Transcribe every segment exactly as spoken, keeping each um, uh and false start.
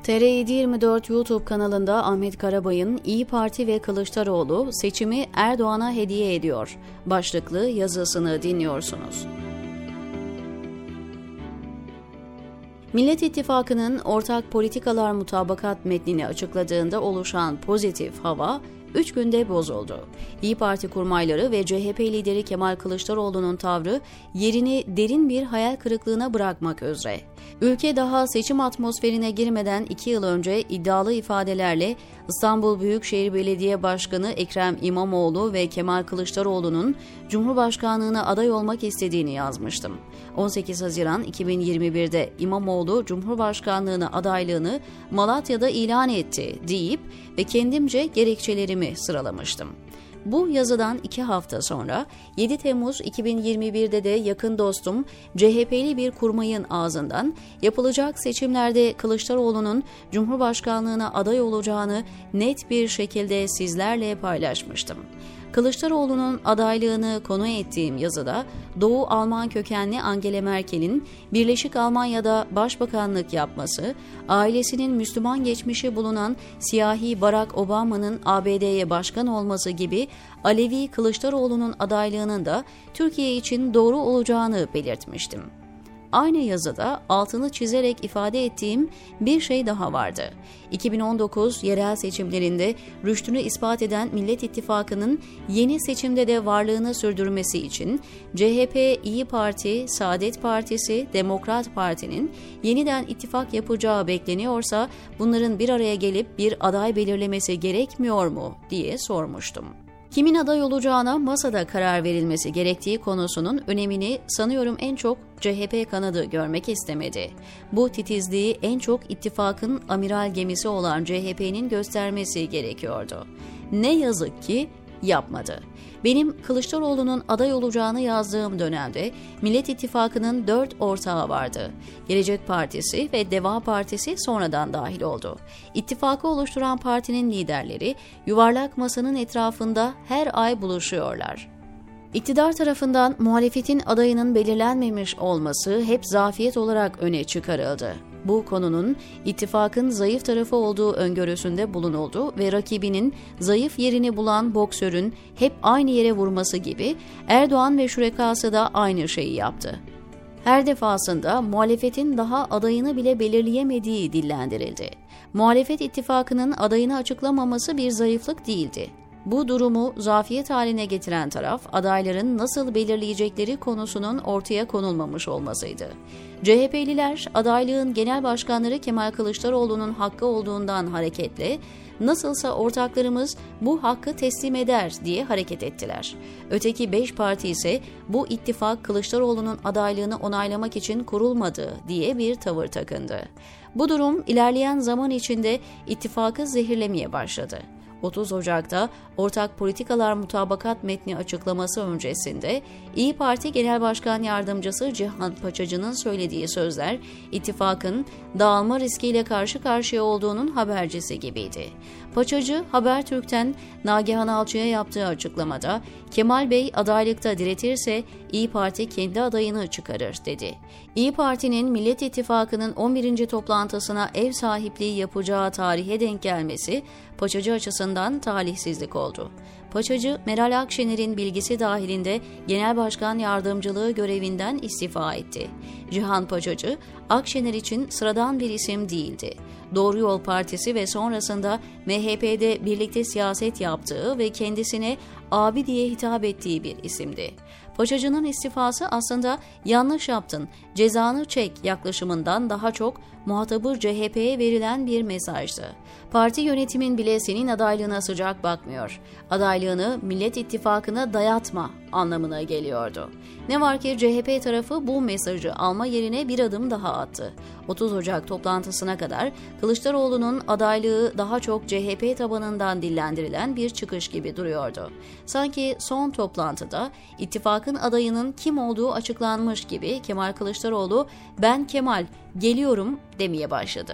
T R yedi yirmi dört YouTube kanalında Ahmet Karabay'ın İyi Parti ve Kılıçdaroğlu seçimi Erdoğan'a hediye ediyor başlıklı yazısını dinliyorsunuz. Millet İttifakı'nın ortak politikalar mutabakat metnini açıkladığında oluşan pozitif hava üç günde bozuldu. İyi Parti kurmayları ve C H P lideri Kemal Kılıçdaroğlu'nun tavrı yerini derin bir hayal kırıklığına bırakmak üzere. Ülke daha seçim atmosferine girmeden iki yıl önce iddialı ifadelerle İstanbul Büyükşehir Belediye Başkanı Ekrem İmamoğlu ve Kemal Kılıçdaroğlu'nun Cumhurbaşkanlığına aday olmak istediğini yazmıştım. on sekiz Haziran iki bin yirmi bir'de İmamoğlu Cumhurbaşkanlığına adaylığını Malatya'da ilan etti deyip ve kendimce gerekçelerimi sıralamıştım. Bu yazıdan iki hafta sonra yedi Temmuz iki bin yirmi bir'de de yakın dostum C H P'li bir kurmayın ağzından yapılacak seçimlerde Kılıçdaroğlu'nun Cumhurbaşkanlığına aday olacağını net bir şekilde sizlerle paylaşmıştım. Kılıçdaroğlu'nun adaylığını konu ettiğim yazıda Doğu Alman kökenli Angela Merkel'in Birleşik Almanya'da başbakanlık yapması, ailesinin Müslüman geçmişi bulunan siyahi Barack Obama'nın A B D'ye başkan olması gibi Alevi Kılıçdaroğlu'nun adaylığının da Türkiye için doğru olacağını belirtmiştim. Aynı yazıda altını çizerek ifade ettiğim bir şey daha vardı. iki bin on dokuz yerel seçimlerinde rüştünü ispat eden Millet İttifakı'nın yeni seçimde de varlığını sürdürmesi için C H P, İyi Parti, Saadet Partisi, Demokrat Parti'nin yeniden ittifak yapacağı bekleniyorsa bunların bir araya gelip bir aday belirlemesi gerekmiyor mu diye sormuştum. Kimin aday olacağına masada karar verilmesi gerektiği konusunun önemini sanıyorum en çok C H P kanadı görmek istemedi. Bu titizliği en çok ittifakın amiral gemisi olan C H P'nin göstermesi gerekiyordu. Ne yazık ki yapmadı. Benim Kılıçdaroğlu'nun aday olacağını yazdığım dönemde Millet İttifakı'nın dört ortağı vardı. Gelecek Partisi ve Deva Partisi sonradan dahil oldu. İttifakı oluşturan partinin liderleri yuvarlak masanın etrafında her ay buluşuyorlar. İktidar tarafından muhalefetin adayının belirlenmemiş olması hep zafiyet olarak öne çıkarıldı. Bu konunun ittifakın zayıf tarafı olduğu öngörüsünde bulunuldu ve rakibinin zayıf yerini bulan boksörün hep aynı yere vurması gibi Erdoğan ve şurekası da aynı şeyi yaptı. Her defasında muhalefetin daha adayını bile belirleyemediği dillendirildi. Muhalefet ittifakının adayını açıklamaması bir zayıflık değildi. Bu durumu zafiyet haline getiren taraf adayların nasıl belirleyecekleri konusunun ortaya konulmamış olmasıydı. C H P'liler adaylığın genel başkanları Kemal Kılıçdaroğlu'nun hakkı olduğundan hareketle nasılsa ortaklarımız bu hakkı teslim eder diye hareket ettiler. Öteki beş parti ise bu ittifak Kılıçdaroğlu'nun adaylığını onaylamak için kurulmadı diye bir tavır takındı. Bu durum ilerleyen zaman içinde ittifakı zehirlemeye başladı. otuz Ocak'ta ortak politikalar mutabakat metni açıklaması öncesinde İyi Parti Genel Başkan Yardımcısı Cihan Paçacı'nın söylediği sözler ittifakın dağılma riskiyle karşı karşıya olduğunun habercisi gibiydi. Paçacı Habertürk'ten Nagihan Alçı'ya yaptığı açıklamada Kemal Bey adaylıkta diretirse İyi Parti kendi adayını çıkarır dedi. İyi Parti'nin Millet İttifakı'nın on birinci toplantısına ev sahipliği yapacağı tarihe denk gelmesi Paçacı açısından talihsizlik oldu. Paçacı, Meral Akşener'in bilgisi dahilinde Genel Başkan Yardımcılığı görevinden istifa etti. Cihan Paçacı, Akşener için sıradan bir isim değildi. Doğru Yol Partisi ve sonrasında M H P'de birlikte siyaset yaptığı ve kendisine abi diye hitap ettiği bir isimdi. Paçacı'nın istifası aslında yanlış yaptın, cezanı çek yaklaşımından daha çok muhatabı C H P'ye verilen bir mesajdı. Parti yönetimin bile senin adaylığına sıcak bakmıyor. Adaylığını Millet İttifakı'na dayatma anlamına geliyordu. Ne var ki C H P tarafı bu mesajı alma yerine bir adım daha attı. otuz Ocak toplantısına kadar Kılıçdaroğlu'nun adaylığı daha çok C H P tabanından dillendirilen bir çıkış gibi duruyordu. Sanki son toplantıda ittifakın adayının kim olduğu açıklanmış gibi Kemal Kılıçdaroğlu "Ben Kemal, geliyorum" demeye başladı.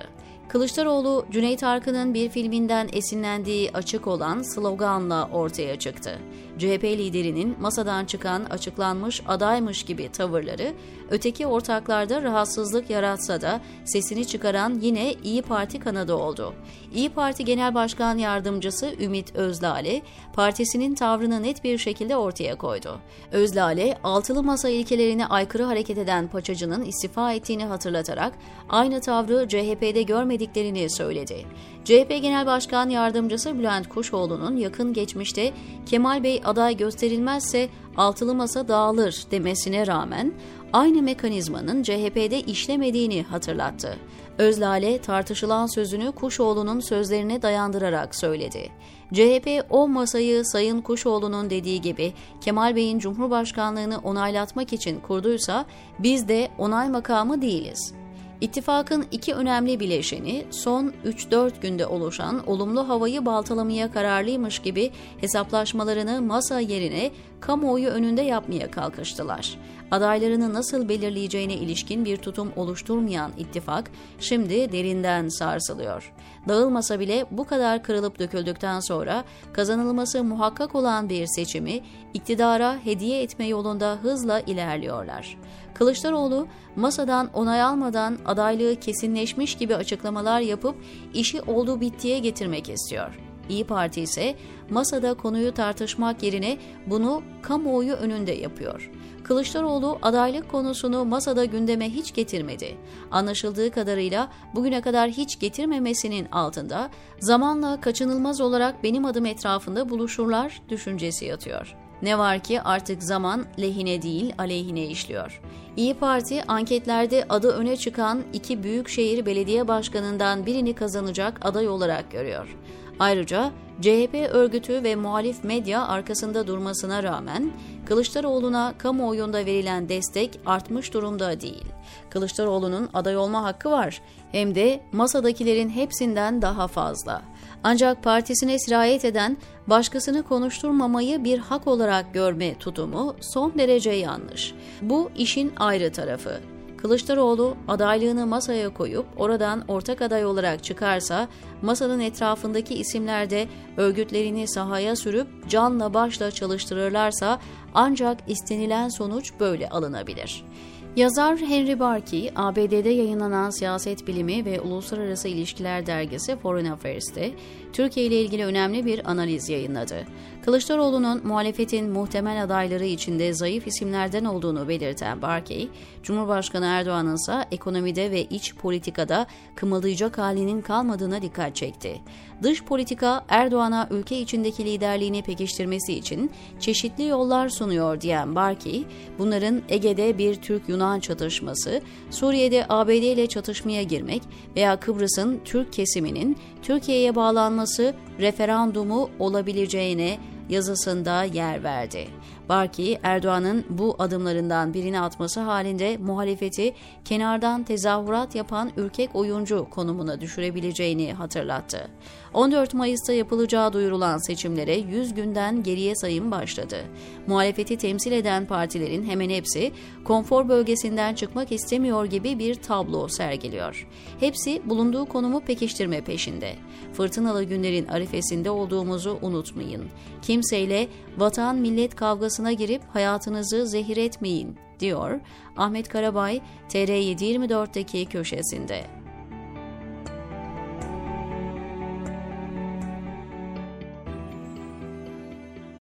Kılıçdaroğlu, Cüneyt Arkın'ın bir filminden esinlendiği açık olan sloganla ortaya çıktı. C H P liderinin masadan çıkan açıklanmış adaymış gibi tavırları, öteki ortaklarda rahatsızlık yaratsa da sesini çıkaran yine İyi Parti kanadı oldu. İyi Parti Genel Başkan Yardımcısı Ümit Özdağ'le partisinin tavrını net bir şekilde ortaya koydu. Özdağ'le altılı masa ilkelerine aykırı hareket eden Paçacı'nın istifa ettiğini hatırlatarak aynı tavrı C H P'de görmediklerini söyledi. C H P Genel Başkan Yardımcısı Bülent Kuşoğlu'nun yakın geçmişte Kemal Bey aday gösterilmezse altılı masa dağılır demesine rağmen aynı mekanizmanın C H P'de işlemediğini hatırlattı. Özdağ'le tartışılan sözünü Kuşoğlu'nun sözlerine dayandırarak söyledi. C H P o masayı Sayın Kuşoğlu'nun dediği gibi Kemal Bey'in Cumhurbaşkanlığını onaylatmak için kurduysa biz de onay makamı değiliz. İttifakın iki önemli bileşeni son üç dört günde oluşan olumlu havayı baltalamaya kararlıymış gibi hesaplaşmalarını masa yerine kamuoyu önünde yapmaya kalkıştılar. Adaylarını nasıl belirleyeceğine ilişkin bir tutum oluşturmayan ittifak şimdi derinden sarsılıyor. Dağılmasa bile bu kadar kırılıp döküldükten sonra kazanılması muhakkak olan bir seçimi iktidara hediye etme yolunda hızla ilerliyorlar. Kılıçdaroğlu masadan onay almadan adaylığı kesinleşmiş gibi açıklamalar yapıp işi oldu bittiye getirmek istiyor. İyi Parti ise masada konuyu tartışmak yerine bunu kamuoyu önünde yapıyor. Kılıçdaroğlu adaylık konusunu masada gündeme hiç getirmedi. Anlaşıldığı kadarıyla bugüne kadar hiç getirmemesinin altında zamanla kaçınılmaz olarak benim adım etrafında buluşurlar düşüncesi yatıyor. Ne var ki artık zaman lehine değil aleyhine işliyor. İyi Parti anketlerde adı öne çıkan iki büyükşehir belediye başkanından birini kazanacak aday olarak görüyor. Ayrıca C H P örgütü ve muhalif medya arkasında durmasına rağmen Kılıçdaroğlu'na kamuoyunda verilen destek artmış durumda değil. Kılıçdaroğlu'nun aday olma hakkı var, hem de masadakilerin hepsinden daha fazla. Ancak partisine sirayet eden başkasını konuşturmamayı bir hak olarak görme tutumu son derece yanlış. Bu işin ayrı tarafı. Kılıçdaroğlu adaylığını masaya koyup oradan ortak aday olarak çıkarsa, masanın etrafındaki isimler de örgütlerini sahaya sürüp canla başla çalıştırırlarsa ancak istenilen sonuç böyle alınabilir. Yazar Henry Barkey, A B D'de yayınlanan Siyaset Bilimi ve Uluslararası İlişkiler dergisi Foreign Affairs'te Türkiye ile ilgili önemli bir analiz yayınladı. Kılıçdaroğlu'nun muhalefetin muhtemel adayları içinde zayıf isimlerden olduğunu belirten Barkey, Cumhurbaşkanı Erdoğan'ın ise ekonomide ve iç politikada kımıldayacak halinin kalmadığına dikkat çekti. Dış politika Erdoğan'a ülke içindeki liderliğini pekiştirmesi için çeşitli yollar sunuyor diyen Barkey, bunların Ege'de bir Türk-Yunan çatışması, Suriye'de A B D ile çatışmaya girmek veya Kıbrıs'ın Türk kesiminin Türkiye'ye bağlanması referandumu olabileceğine yazısında yer verdi. Barkey, Erdoğan'ın bu adımlarından birini atması halinde muhalefeti kenardan tezahürat yapan ürkek oyuncu konumuna düşürebileceğini hatırlattı. on dört Mayıs'ta yapılacağı duyurulan seçimlere yüz günden geriye sayım başladı. Muhalefeti temsil eden partilerin hemen hepsi konfor bölgesinden çıkmak istemiyor gibi bir tablo sergiliyor. Hepsi bulunduğu konumu pekiştirme peşinde. Fırtınalı günlerin arifesinde olduğumuzu unutmayın. Kimseyle vatan millet kavgasına girip hayatınızı zehir etmeyin, diyor Ahmet Karabay T R yedi yirmi dört'teki köşesinde.